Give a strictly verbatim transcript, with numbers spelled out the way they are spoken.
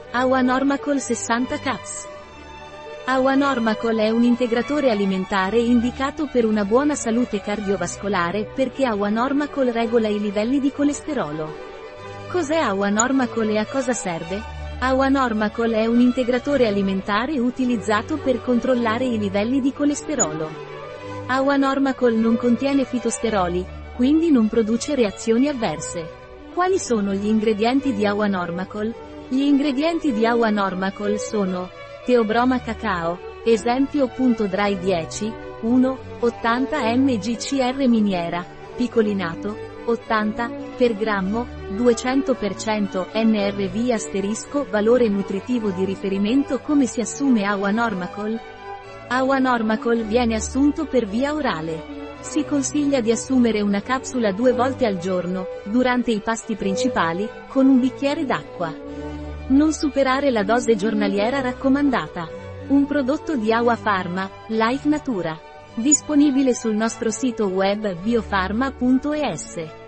Aua Normacol sessanta caps. Aua Normacol è un integratore alimentare indicato per una buona salute cardiovascolare perché Aua Normacol regola i livelli di colesterolo. Cos'è Aua Normacol e a cosa serve? Aua Normacol è un integratore alimentare utilizzato per controllare i livelli di colesterolo. Aua Normacol non contiene fitosteroli, quindi non produce reazioni avverse. Quali sono gli ingredienti di Aua Normacol? Gli ingredienti di Aua Normacol sono Teobroma cacao, esempio. Dry dieci, uno, ottanta milligrammi miniera, picolinato, ottanta, per grammo, duecento per cento N R V asterisco valore nutritivo di riferimento. Come si assume Aua Normacol? Aua Normacol viene assunto per via orale. Si consiglia di assumere una capsula due volte al giorno, durante i pasti principali, con un bicchiere d'acqua. Non superare la dose giornaliera raccomandata. Un prodotto di Aua Pharma, Life Natura. Disponibile sul nostro sito web biofarma punto es.